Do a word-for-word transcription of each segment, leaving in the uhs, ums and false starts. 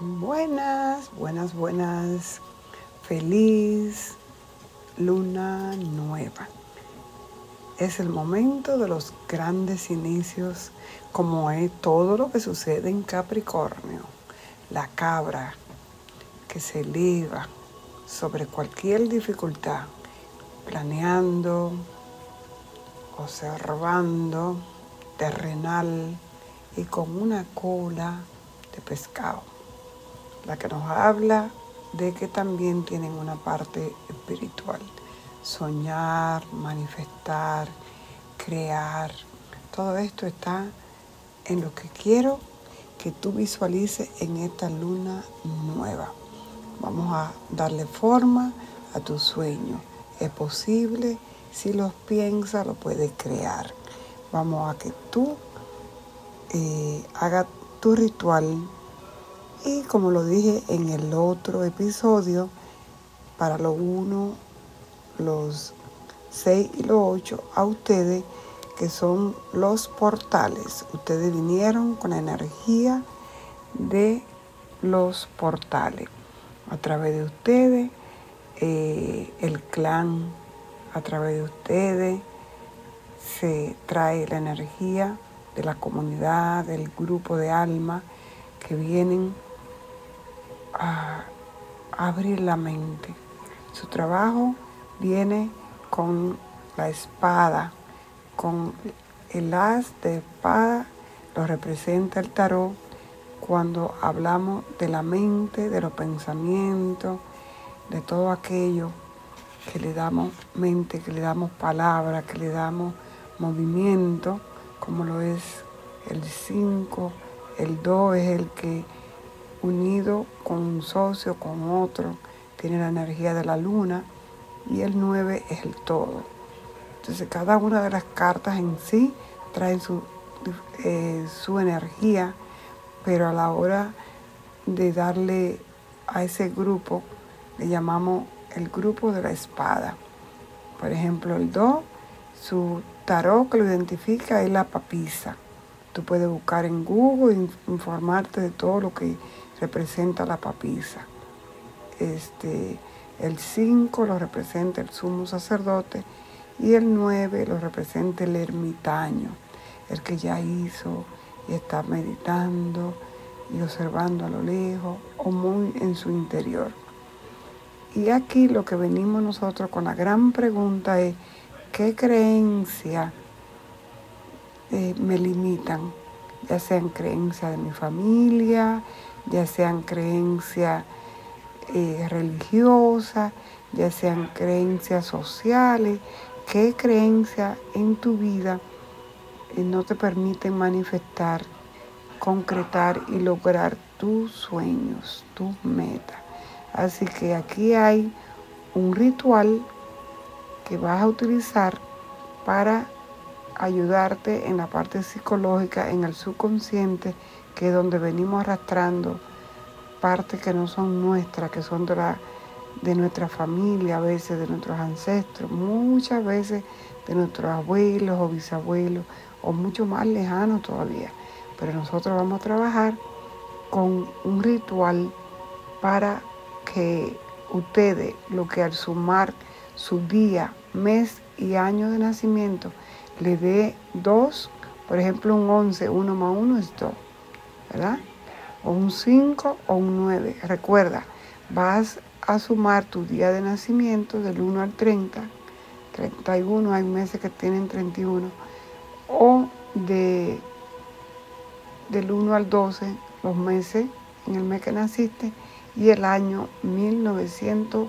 Buenas, buenas, buenas. Feliz luna nueva. Es el momento de los grandes inicios, como es todo lo que sucede en Capricornio. La cabra que se eleva sobre cualquier dificultad, planeando, observando, terrenal y con una cola de pescado. La que nos habla de que también tienen una parte espiritual. Soñar, manifestar, crear. Todo esto está en lo que quiero que tú visualices en esta luna nueva. Vamos a darle forma a tu sueño. Es posible, si lo piensas, lo puedes crear. Vamos a que tú eh, hagas tu ritual. Y como lo dije en el otro episodio, para los uno, los seis y los ocho, a ustedes que son los portales. Ustedes vinieron con la energía de los portales. A través de ustedes, eh, el clan, a través de ustedes, se trae la energía de la comunidad, del grupo de almas que vienen a abrir la mente. Su trabajo viene con la espada, con el as de espada, lo representa el tarot cuando hablamos de la mente, de los pensamientos, de todo aquello que le damos mente, que le damos palabra, que le damos movimiento, como lo es el cinco, el dos es el que unido con un socio, con otro, tiene la energía de la luna, y el nueve es el todo. Entonces cada una de las cartas en sí trae su, eh, su energía, pero a la hora de darle a ese grupo, le llamamos el grupo de la espada. Por ejemplo, el dos, su tarot que lo identifica es la papisa. Tú puedes buscar en Google e informarte de todo lo que representa la papisa. Este, el cinco lo representa el sumo sacerdote y el nueve lo representa el ermitaño, el que ya hizo y está meditando y observando a lo lejos o muy en su interior. Y aquí lo que venimos nosotros con la gran pregunta es, ¿qué creencias eh, me limitan? Ya sean creencias de mi familia, ya sean creencias eh, religiosas, ya sean creencias sociales. ¿Qué creencias en tu vida eh, no te permiten manifestar, concretar y lograr tus sueños, tus metas? Así que aquí hay un ritual que vas a utilizar para ayudarte en la parte psicológica, en el subconsciente, que es donde venimos arrastrando partes que no son nuestras, que son de, la, de nuestra familia, a veces de nuestros ancestros, muchas veces de nuestros abuelos o bisabuelos, o mucho más lejanos todavía. Pero nosotros vamos a trabajar con un ritual para que ustedes, lo que al sumar su día, mes y año de nacimiento, le dé dos, por ejemplo un once, uno más uno es dos, ¿verdad? O un cinco o un nueve. Recuerda, vas a sumar tu día de nacimiento del uno al treinta, treinta y uno, hay meses que tienen treinta y uno, o de, del uno al doce, los meses, en el mes que naciste, y el año mil novecientos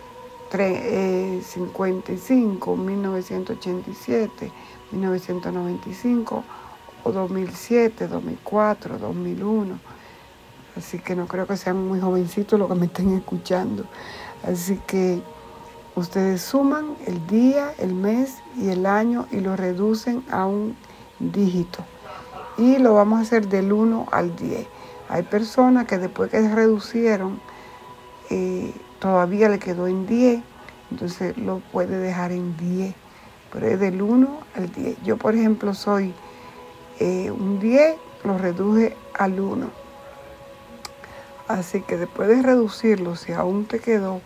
cincuenta y cinco, mil novecientos ochenta y siete, mil novecientos noventa y cinco, o dos mil siete, dos mil cuatro, dos mil uno. Así que no creo que sean muy jovencitos los que me estén escuchando. Así que ustedes suman el día, el mes y el año y lo reducen a un dígito. Y lo vamos a hacer del uno al diez. Hay personas que después que se reducieron, eh, todavía le quedó en diez, entonces lo puede dejar en diez, pero es del uno al diez. Yo, por ejemplo, soy eh, un diez, lo reduje al uno. Así que después de reducirlo, si aún te quedó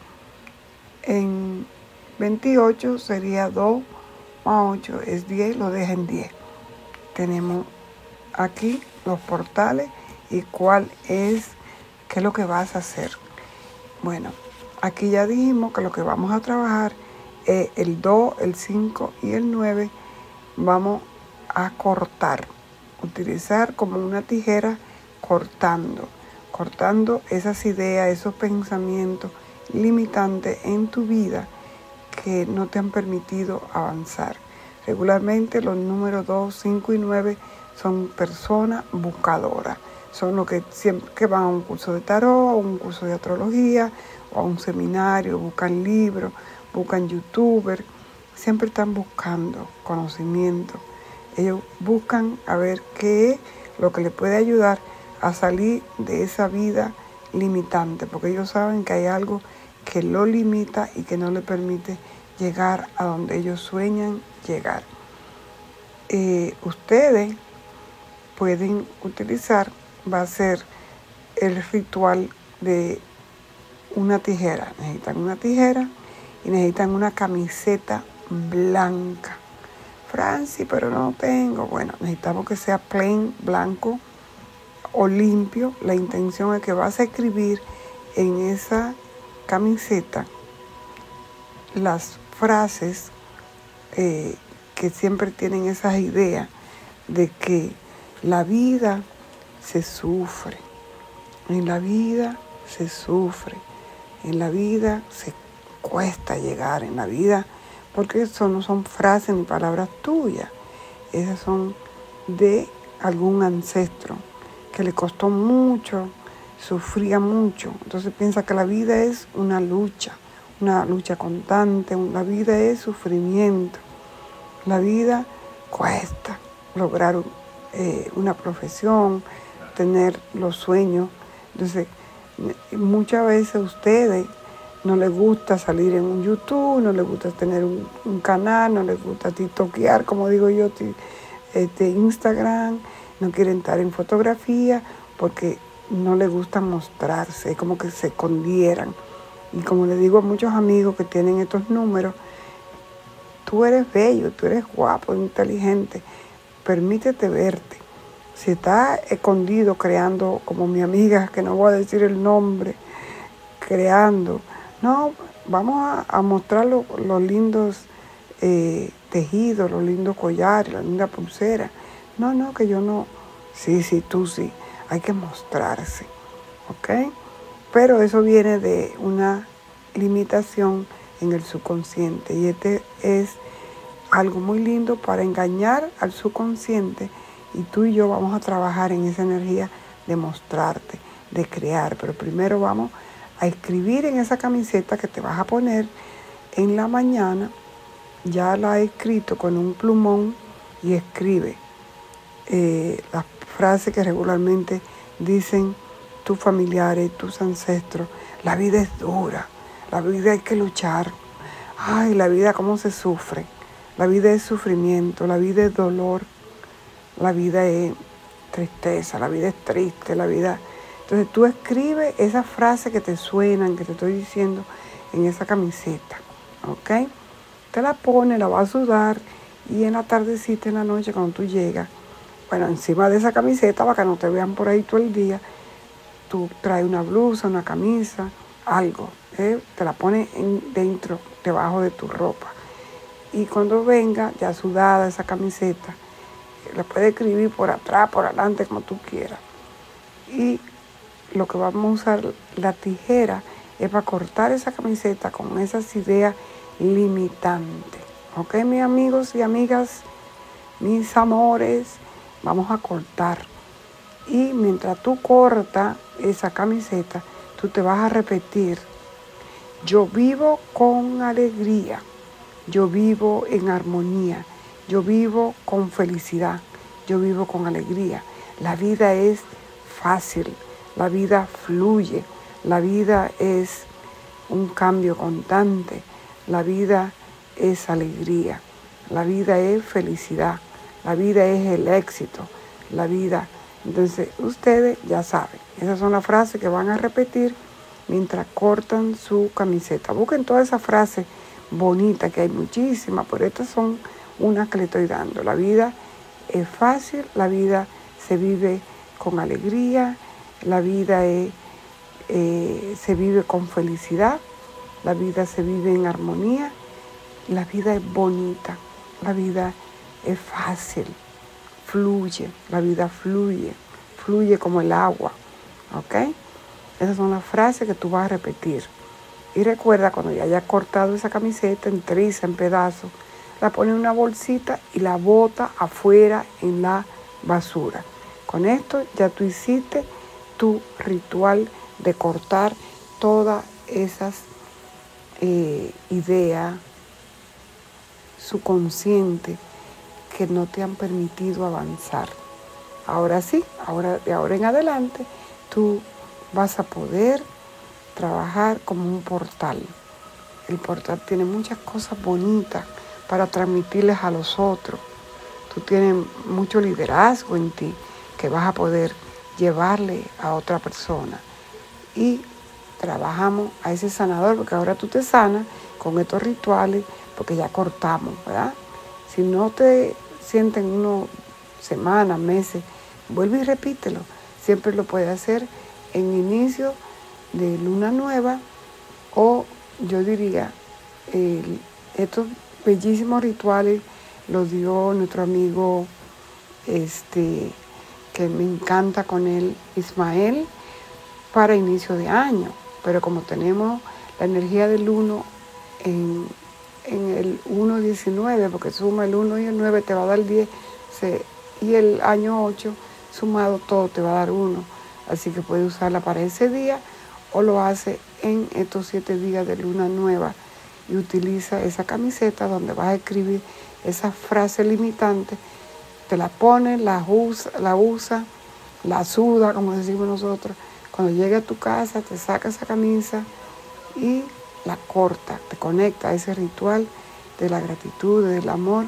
en veintiocho, sería dos más ocho, es diez, lo deja en diez. Tenemos aquí los portales y cuál es, qué es lo que vas a hacer. Bueno, aquí ya dijimos que lo que vamos a trabajar es el dos, el cinco y el nueve. Vamos a cortar, utilizar como una tijera cortando, cortando esas ideas, esos pensamientos limitantes en tu vida que no te han permitido avanzar. Regularmente los números dos, cinco y nueve son personas buscadoras. Son los que siempre que van a un curso de tarot, a un curso de astrología, o a un seminario, buscan libros, buscan youtubers, siempre están buscando conocimiento. Ellos buscan a ver qué es lo que les puede ayudar a salir de esa vida limitante, porque ellos saben que hay algo que lo limita y que no le permite llegar a donde ellos sueñan llegar. Eh, ustedes pueden utilizar, va a ser el ritual de una tijera. Necesitan una tijera y necesitan una camiseta blanca. Francis, pero no tengo. Bueno, necesitamos que sea plain, blanco o limpio. La intención es que vas a escribir en esa camiseta las frases eh, que siempre tienen esas ideas de que la vida se sufre, en la vida se sufre, en la vida se cuesta llegar, en la vida, porque eso no son frases ni palabras tuyas, esas son de algún ancestro que le costó mucho, sufría mucho. Entonces piensa que la vida es una lucha, una lucha constante, la vida es sufrimiento, la vida cuesta lograr eh, una profesión, tener los sueños. Entonces muchas veces a ustedes no les gusta salir en un YouTube, no les gusta tener un, un canal, no les gusta tiktokear, como digo yo, este, Instagram, no quieren estar en fotografía porque no les gusta mostrarse, es como que se escondieran. Y como le digo a muchos amigos que tienen estos números, tú eres bello, tú eres guapo, inteligente, permítete verte. Si estás escondido creando, como mi amiga, que no voy a decir el nombre, creando, no, vamos a, a mostrar lo, los lindos eh, tejidos, los lindos collares, las lindas pulseras. No, no, que yo no. Sí, sí, tú sí. Hay que mostrarse, ¿ok? Pero eso viene de una limitación en el subconsciente. Y este es algo muy lindo para engañar al subconsciente. Y tú y yo vamos a trabajar en esa energía de mostrarte, de crear. Pero primero vamos a escribir en esa camiseta que te vas a poner en la mañana. Ya la he escrito con un plumón y escribe eh, las frases que regularmente dicen tus familiares, tus ancestros. La vida es dura, la vida hay que luchar. Ay, la vida cómo se sufre. La vida es sufrimiento, la vida es dolor, la vida es tristeza, la vida es triste, la vida... Entonces tú escribes esas frases que te suenan, que te estoy diciendo en esa camiseta, ¿ok? Te la pones, la vas a sudar y en la tardecita, en la noche, cuando tú llegas, bueno, encima de esa camiseta, para que no te vean por ahí todo el día, tú traes una blusa, una camisa, algo, ¿eh? Te la pones en, dentro, debajo de tu ropa. Y cuando venga, ya sudada esa camiseta, la puedes escribir por atrás, por adelante, como tú quieras. Y lo que vamos a usar, la tijera, es para cortar esa camiseta con esas ideas limitantes. ¿Ok, mis amigos y amigas, mis amores? Vamos a cortar. Y mientras tú cortas esa camiseta, tú te vas a repetir: yo vivo con alegría, yo vivo en armonía, yo vivo con felicidad, yo vivo con alegría. La vida es fácil, la vida fluye, la vida es un cambio constante, la vida es alegría, la vida es felicidad, la vida es el éxito, la vida Entonces, ustedes ya saben, esas son las frases que van a repetir mientras cortan su camiseta. Busquen todas esas frases bonitas, que hay muchísimas, pero estas son unas que le estoy dando. La vida es fácil, la vida se vive con alegría, la vida es, eh, se vive con felicidad, la vida se vive en armonía, la vida es bonita, la vida es fácil, fluye, la vida fluye, fluye como el agua, ¿ok? Esas son las frases que tú vas a repetir. Y recuerda, cuando ya hayas cortado esa camiseta en trizas, en pedazos, la pones en una bolsita y la bota afuera en la basura. Con esto ya tú hiciste tu ritual de cortar todas esas eh, ideas subconscientes que no te han permitido avanzar. Ahora sí, ahora, de ahora en adelante, tú vas a poder trabajar como un portal. El portal tiene muchas cosas bonitas para transmitirles a los otros. Tú tienes mucho liderazgo en ti que vas a poder llevarle a otra persona. Y trabajamos a ese sanador, porque ahora tú te sanas con estos rituales, porque ya cortamos, ¿verdad? Si no te sienten unos semanas, meses, vuelve y repítelo. Siempre lo puedes hacer en inicio de luna nueva, o yo diría, eh, estos bellísimos rituales los dio nuestro amigo, este, que me encanta con él, Ismael, para inicio de año. Pero como tenemos la energía del uno en, en el uno diecinueve, porque suma el uno y el nueve te va a dar diez, se, y el año ocho sumado todo te va a dar uno. Así que puedes usarla para ese día o lo hace en estos siete días de luna nueva y utiliza esa camiseta donde vas a escribir esa frase limitante, te la pones, la usa, la usa, la suda, como decimos nosotros. Cuando llegue a tu casa, te saca esa camisa y la corta, te conecta a ese ritual de la gratitud, del amor,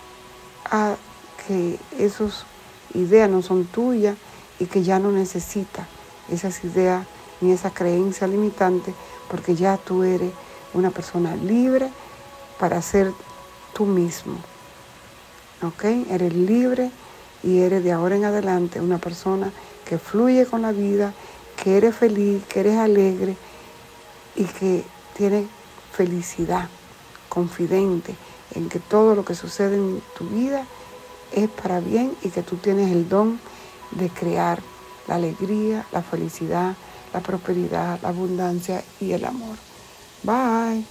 a que esas ideas no son tuyas y que ya no necesitas esas ideas ni esa creencia limitante, porque ya tú eres una persona libre para ser tú mismo, ¿ok? Eres libre y eres de ahora en adelante una persona que fluye con la vida, que eres feliz, que eres alegre y que tiene felicidad, confidente en que todo lo que sucede en tu vida es para bien y que tú tienes el don de crear la alegría, la felicidad, la prosperidad, la abundancia y el amor. Bye.